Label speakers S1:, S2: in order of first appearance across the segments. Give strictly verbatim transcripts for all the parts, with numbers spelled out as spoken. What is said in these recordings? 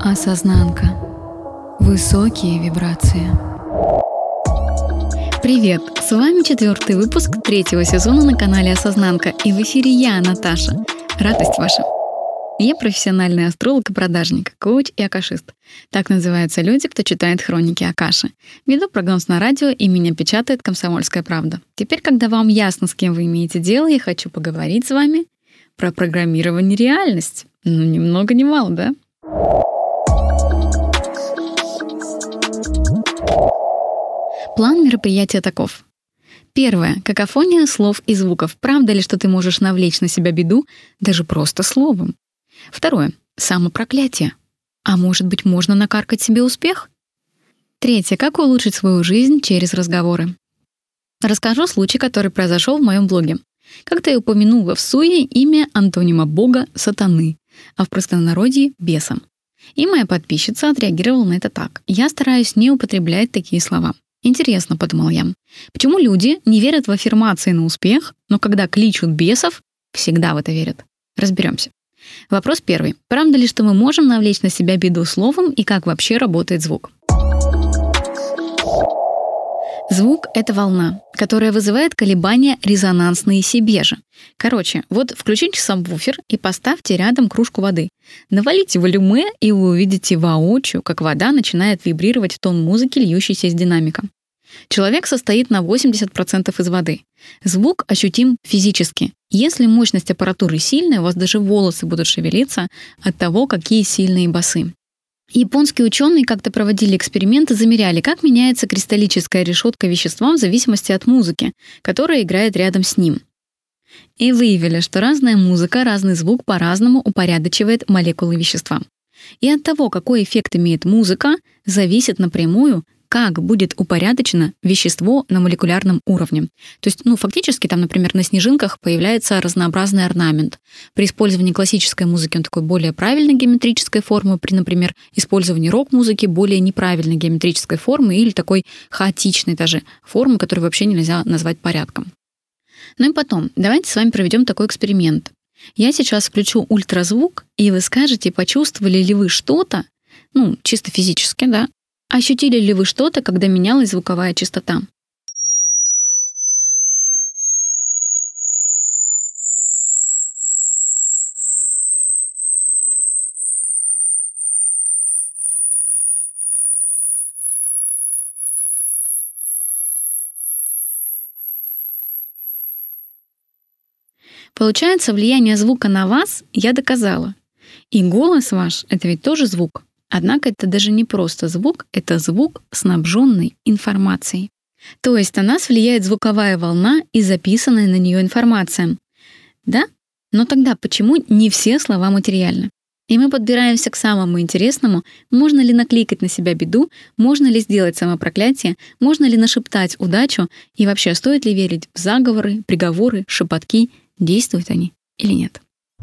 S1: Осознанка. Высокие вибрации. Привет! С вами четвертый выпуск третьего сезона на канале Осознанка, и в эфире я, Наташа. Радость ваша! Я профессиональный астролог и продажник, коуч и акашист. Так называются люди, кто читает хроники Акаши. Веду прогноз на радио, и меня печатает «Комсомольская правда». Теперь, когда вам ясно, с кем вы имеете дело, я хочу поговорить с вами про программирование реальности. Ну, ни много ни мало, да? План мероприятия таков. Первое. Какофония слов и звуков. Правда ли, что ты можешь навлечь на себя беду даже просто словом? Второе. Самопроклятие. А может быть, можно накаркать себе успех? Третье. Как улучшить свою жизнь через разговоры? Расскажу случай, который произошел в моем блоге. Как-то я упомянула в суе имя антонима бога сатаны, а в простонародье — беса. И моя подписчица отреагировала на это так. Я стараюсь не употреблять такие слова. Интересно, подумал я, почему люди не верят в аффирмации на успех, но когда кличут бесов, всегда в это верят? Разберемся. Вопрос первый. Правда ли, что мы можем навлечь на себя беду словом, и как вообще работает звук? Звук — это волна, которая вызывает колебания резонансные себе же. Короче, вот включите сабвуфер и поставьте рядом кружку воды. Навалите волюме, и вы увидите воочию, как вода начинает вибрировать в тон музыки, льющейся из динамика. Человек состоит на восемьдесят процентов из воды. Звук ощутим физически. Если мощность аппаратуры сильная, у вас даже волосы будут шевелиться от того, какие сильные басы. Японские ученые как-то проводили эксперименты, замеряли, как меняется кристаллическая решетка вещества в зависимости от музыки, которая играет рядом с ним. И выявили, что разная музыка, разный звук по-разному упорядочивает молекулы вещества. И от того, какой эффект имеет музыка, зависит напрямую, как будет упорядочено вещество на молекулярном уровне. То есть, ну, фактически там, например, на снежинках появляется разнообразный орнамент. При использовании классической музыки он такой более правильной геометрической формы, при, например, использовании рок-музыки более неправильной геометрической формы или такой хаотичной даже формы, которую вообще нельзя назвать порядком. Ну и потом, давайте с вами проведем такой эксперимент. Я сейчас включу ультразвук, и вы скажете, почувствовали ли вы что-то, ну, чисто физически, да, ощутили ли вы что-то, когда менялась звуковая частота? Получается, влияние звука на вас я доказала. И голос ваш — это ведь тоже звук. Однако это даже не просто звук, это звук, снабженный информацией. То есть на нас влияет звуковая волна и записанная на нее информация. Да? Но тогда почему не все слова материальны? И мы подбираемся к самому интересному: можно ли накликать на себя беду, можно ли сделать самопроклятие, можно ли нашептать удачу, и вообще стоит ли верить в заговоры, приговоры, шепотки, действуют они или нет?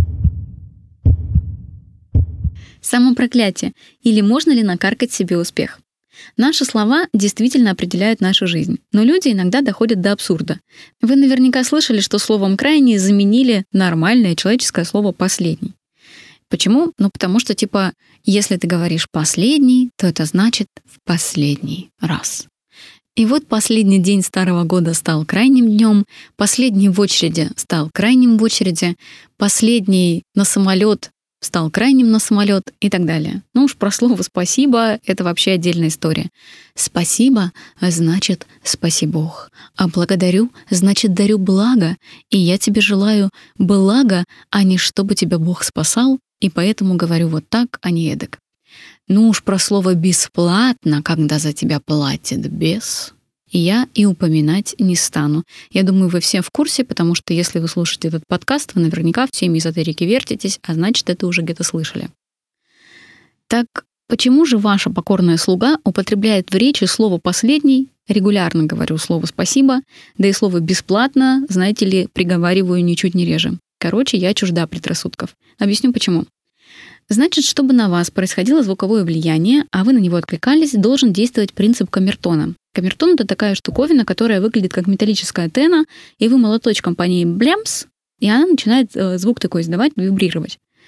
S1: Самопроклятие. Или можно ли накаркать себе успех? Наши слова действительно определяют нашу жизнь, но люди иногда доходят до абсурда. Вы наверняка слышали, что словом «крайний» заменили нормальное человеческое слово «последний». Почему? Ну, потому что, типа, если ты говоришь «последний», то это значит «в последний раз». И вот последний день старого года стал крайним днем, последний в очереди стал крайним в очереди, последний на самолет стал крайним на самолет и так далее. Ну уж про слово «спасибо» — это вообще отдельная история. «Спасибо» — значит «спаси Бог», а «благодарю» — значит «дарю благо», и я тебе желаю блага, а не чтобы тебя Бог спасал, и поэтому говорю вот так, а не эдак. Ну уж про слово «бесплатно», когда за тебя платит бес, я и упоминать не стану. Я думаю, вы все в курсе, потому что если вы слушаете этот подкаст, вы наверняка в теме эзотерики вертитесь, а значит, это уже где-то слышали. Так почему же ваша покорная слуга употребляет в речи слово «последний», регулярно говорю слово «спасибо», да и слово «бесплатно», знаете ли, приговариваю ничуть не реже. Короче, я чужда предрассудков. Объясню почему. Значит, чтобы на вас происходило звуковое влияние, а вы на него откликались, должен действовать принцип камертона. Камертон — это такая штуковина, которая выглядит как металлическая антенна, и вы молоточком по ней блямс, и она начинает звук такой издавать, вибрировать.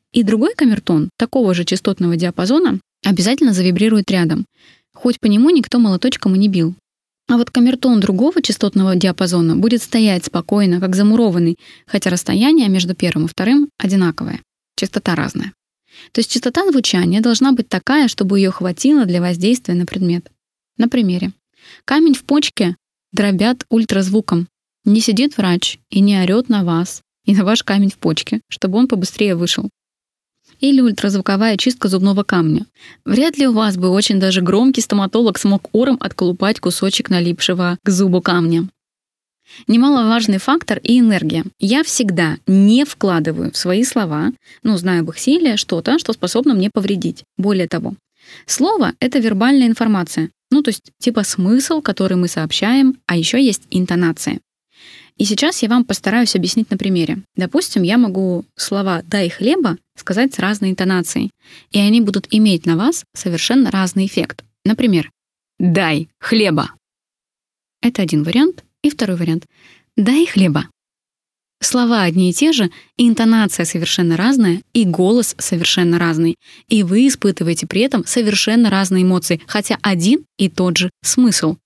S1: И другой камертон такого же частотного диапазона обязательно завибрирует рядом, хоть по нему никто молоточком и не бил. А вот камертон другого частотного диапазона будет стоять спокойно, как замурованный, хотя расстояние между первым и вторым одинаковое, частота разная. То есть частота звучания должна быть такая, чтобы ее хватило для воздействия на предмет. На примере. Камень в почке дробят ультразвуком. Не сидит врач и не орёт на вас и на ваш камень в почке, чтобы он побыстрее вышел. Или ультразвуковая чистка зубного камня. Вряд ли у вас бы очень даже громкий стоматолог смог ором отколупать кусочек налипшего к зубу камня. Немаловажный фактор и энергия. Я всегда не вкладываю в свои слова, ну, знаю об их силе, что-то, что способно мне повредить. Более того, слово — это вербальная информация. Ну, то есть типа смысл, который мы сообщаем, а еще есть интонация. И сейчас я вам постараюсь объяснить на примере. Допустим, я могу слова «дай хлеба» сказать с разной интонацией, и они будут иметь на вас совершенно разный эффект. Например, «дай хлеба». Это один вариант. И второй вариант «дай хлеба». Слова одни и те же, и интонация совершенно разная, и голос совершенно разный. И вы испытываете при этом совершенно разные эмоции, хотя один и тот же смысл.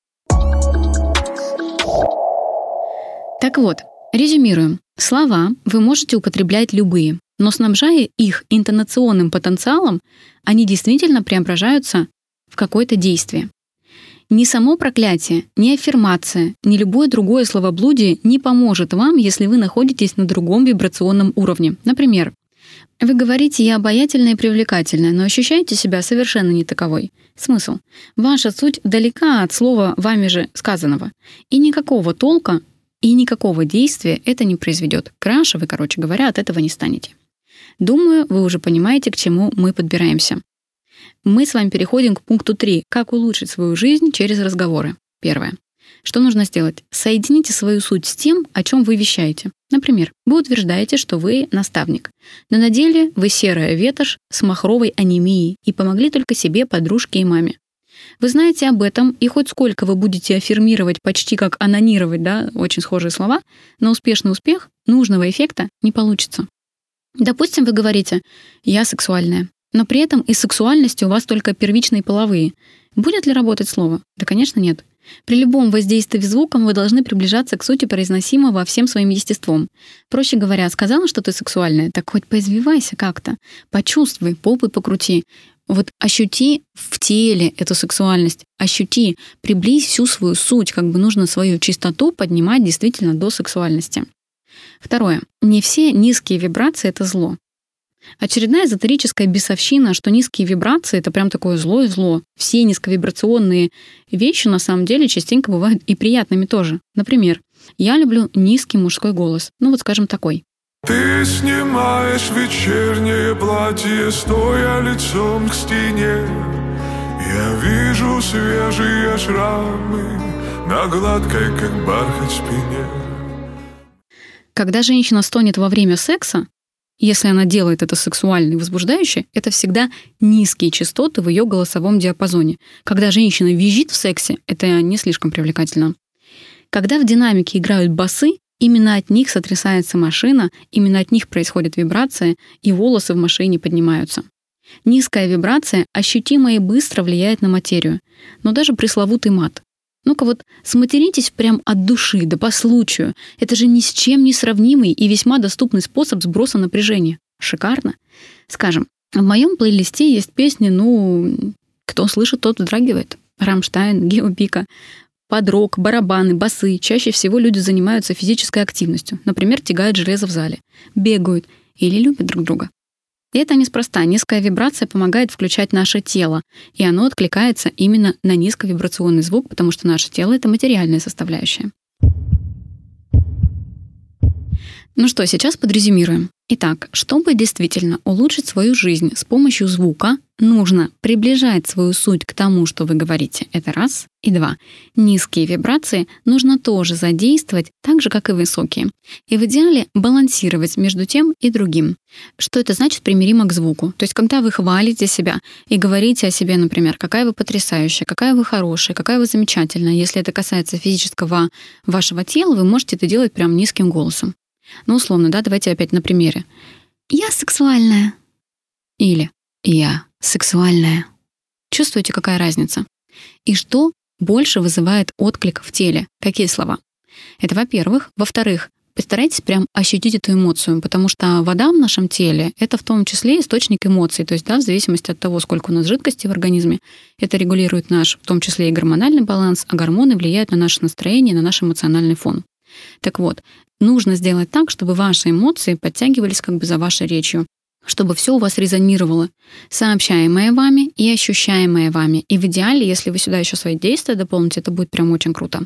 S1: Так вот, резюмируем. Слова вы можете употреблять любые, но снабжая их интонационным потенциалом, они действительно преображаются в какое-то действие. Ни само проклятие, ни аффирмация, ни любое другое словоблудие не поможет вам, если вы находитесь на другом вибрационном уровне. Например, вы говорите «я обаятельная и привлекательная», но ощущаете себя совершенно не таковой. Смысл? Ваша суть далека от слова вами же сказанного. И никакого толка, и никакого действия это не произведет. Краше вы, короче говоря, от этого не станете. Думаю, вы уже понимаете, к чему мы подбираемся. Мы с вами переходим к пункту три. Как улучшить свою жизнь через разговоры. Первое. Что нужно сделать? Соедините свою суть с тем, о чем вы вещаете. Например, вы утверждаете, что вы наставник, но на деле вы серая ветошь с махровой анемией и помогли только себе, подружке и маме. Вы знаете об этом, и хоть сколько вы будете аффирмировать, почти как анонировать, да, очень схожие слова, но успешный успех нужного эффекта не получится. Допустим, вы говорите «я сексуальная», но при этом из сексуальности у вас только первичные половые. Будет ли работать слово? Да, конечно, нет. При любом воздействии звуком вы должны приближаться к сути произносимого всем своим естеством. Проще говоря, сказала, что ты сексуальная, так хоть поизвивайся как-то, почувствуй, попой покрути. Вот ощути в теле эту сексуальность, ощути, приблизь всю свою суть, как бы нужно свою чистоту поднимать действительно до сексуальности. Второе. Не все низкие вибрации — это зло. Очередная эзотерическая бесовщина, что низкие вибрации — это прям такое злое зло. Все низковибрационные вещи на самом деле частенько бывают и приятными тоже. Например, я люблю низкий мужской голос. Ну вот скажем такой.
S2: Ты снимаешь вечернее платье, стоя лицом к стене. Я вижу свежие шрамы на гладкой, как бархат, спине.
S1: Когда женщина стонет во время секса, если она делает это сексуально и возбуждающе, это всегда низкие частоты в ее голосовом диапазоне. Когда женщина визжит в сексе, это не слишком привлекательно. Когда в динамике играют басы, именно от них сотрясается машина, именно от них происходит вибрация, и волосы в машине поднимаются. Низкая вибрация ощутимо и быстро влияет на материю, но даже пресловутый мат. Ну-ка вот сматеритесь прям от души, да по случаю. Это же ни с чем не сравнимый и весьма доступный способ сброса напряжения. Шикарно. Скажем, в моем плейлисте есть песни, ну, кто слышит, тот вздрагивает. Рамштайн, Гео Пика. Под рок, барабаны, басы. Чаще всего люди занимаются физической активностью. Например, тягают железо в зале, бегают или любят друг друга. И это неспроста. Низкая вибрация помогает включать наше тело, и оно откликается именно на низковибрационный звук, потому что наше тело — это материальная составляющая. Ну что, сейчас подрезюмируем. Итак, чтобы действительно улучшить свою жизнь с помощью звука, нужно приближать свою суть к тому, что вы говорите. Это раз. И два. Низкие вибрации нужно тоже задействовать, так же, как и высокие. И в идеале балансировать между тем и другим. Что это значит примиримо к звуку? То есть, когда вы хвалите себя и говорите о себе, например, какая вы потрясающая, какая вы хорошая, какая вы замечательная, если это касается физического вашего тела, вы можете это делать прям низким голосом. Ну, условно, да, давайте опять на примере. «Я сексуальная». или «я сексуальная». Чувствуете, какая разница? И что больше вызывает отклик в теле? Какие слова? Это во-первых. Во-вторых, постарайтесь прям ощутить эту эмоцию, потому что вода в нашем теле — это в том числе источник эмоций. То есть, да, в зависимости от того, сколько у нас жидкости в организме, это регулирует наш, в том числе и гормональный баланс, а гормоны влияют на наше настроение, на наш эмоциональный фон. Так вот, нужно сделать так, чтобы ваши эмоции подтягивались как бы за вашей речью, чтобы все у вас резонировало, сообщаемое вами и ощущаемое вами. И в идеале, если вы сюда еще свои действия дополните, это будет прям очень круто.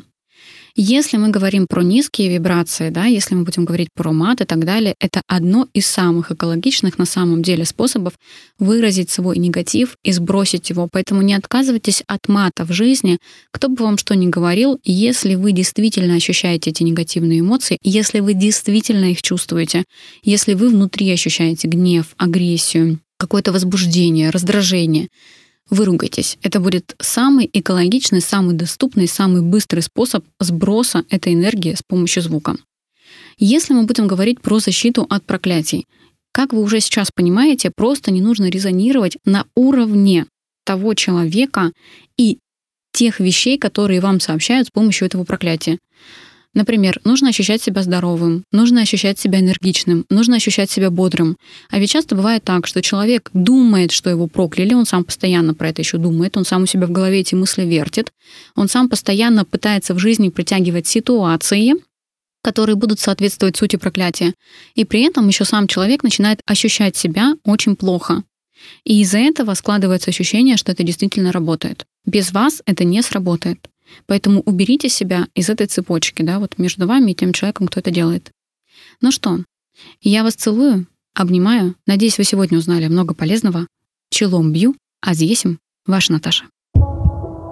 S1: Если мы говорим про низкие вибрации, да, если мы будем говорить про мат и так далее, это одно из самых экологичных на самом деле способов выразить свой негатив и сбросить его. Поэтому не отказывайтесь от мата в жизни, кто бы вам что ни говорил, если вы действительно ощущаете эти негативные эмоции, если вы действительно их чувствуете, если вы внутри ощущаете гнев, агрессию, какое-то возбуждение, раздражение, выругайтесь. Это будет самый экологичный, самый доступный, самый быстрый способ сброса этой энергии с помощью звука. Если мы будем говорить про защиту от проклятий, как вы уже сейчас понимаете, просто не нужно резонировать на уровне того человека и тех вещей, которые вам сообщают с помощью этого проклятия. Например, нужно ощущать себя здоровым, нужно ощущать себя энергичным, нужно ощущать себя бодрым. А ведь часто бывает так, что человек думает, что его прокляли, он сам постоянно про это еще думает, он сам у себя в голове эти мысли вертит, он сам постоянно пытается в жизни притягивать ситуации, которые будут соответствовать сути проклятия. И при этом еще сам человек начинает ощущать себя очень плохо. И из-за этого складывается ощущение, что это действительно работает. Без вас это не сработает. Поэтому уберите себя из этой цепочки, да, вот между вами и тем человеком, кто это делает. Ну что, я вас целую, обнимаю. Надеюсь, вы сегодня узнали много полезного. Челом бью, а з'есим, ваша Наташа.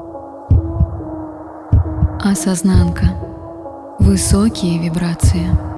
S1: Осознанка. Высокие вибрации.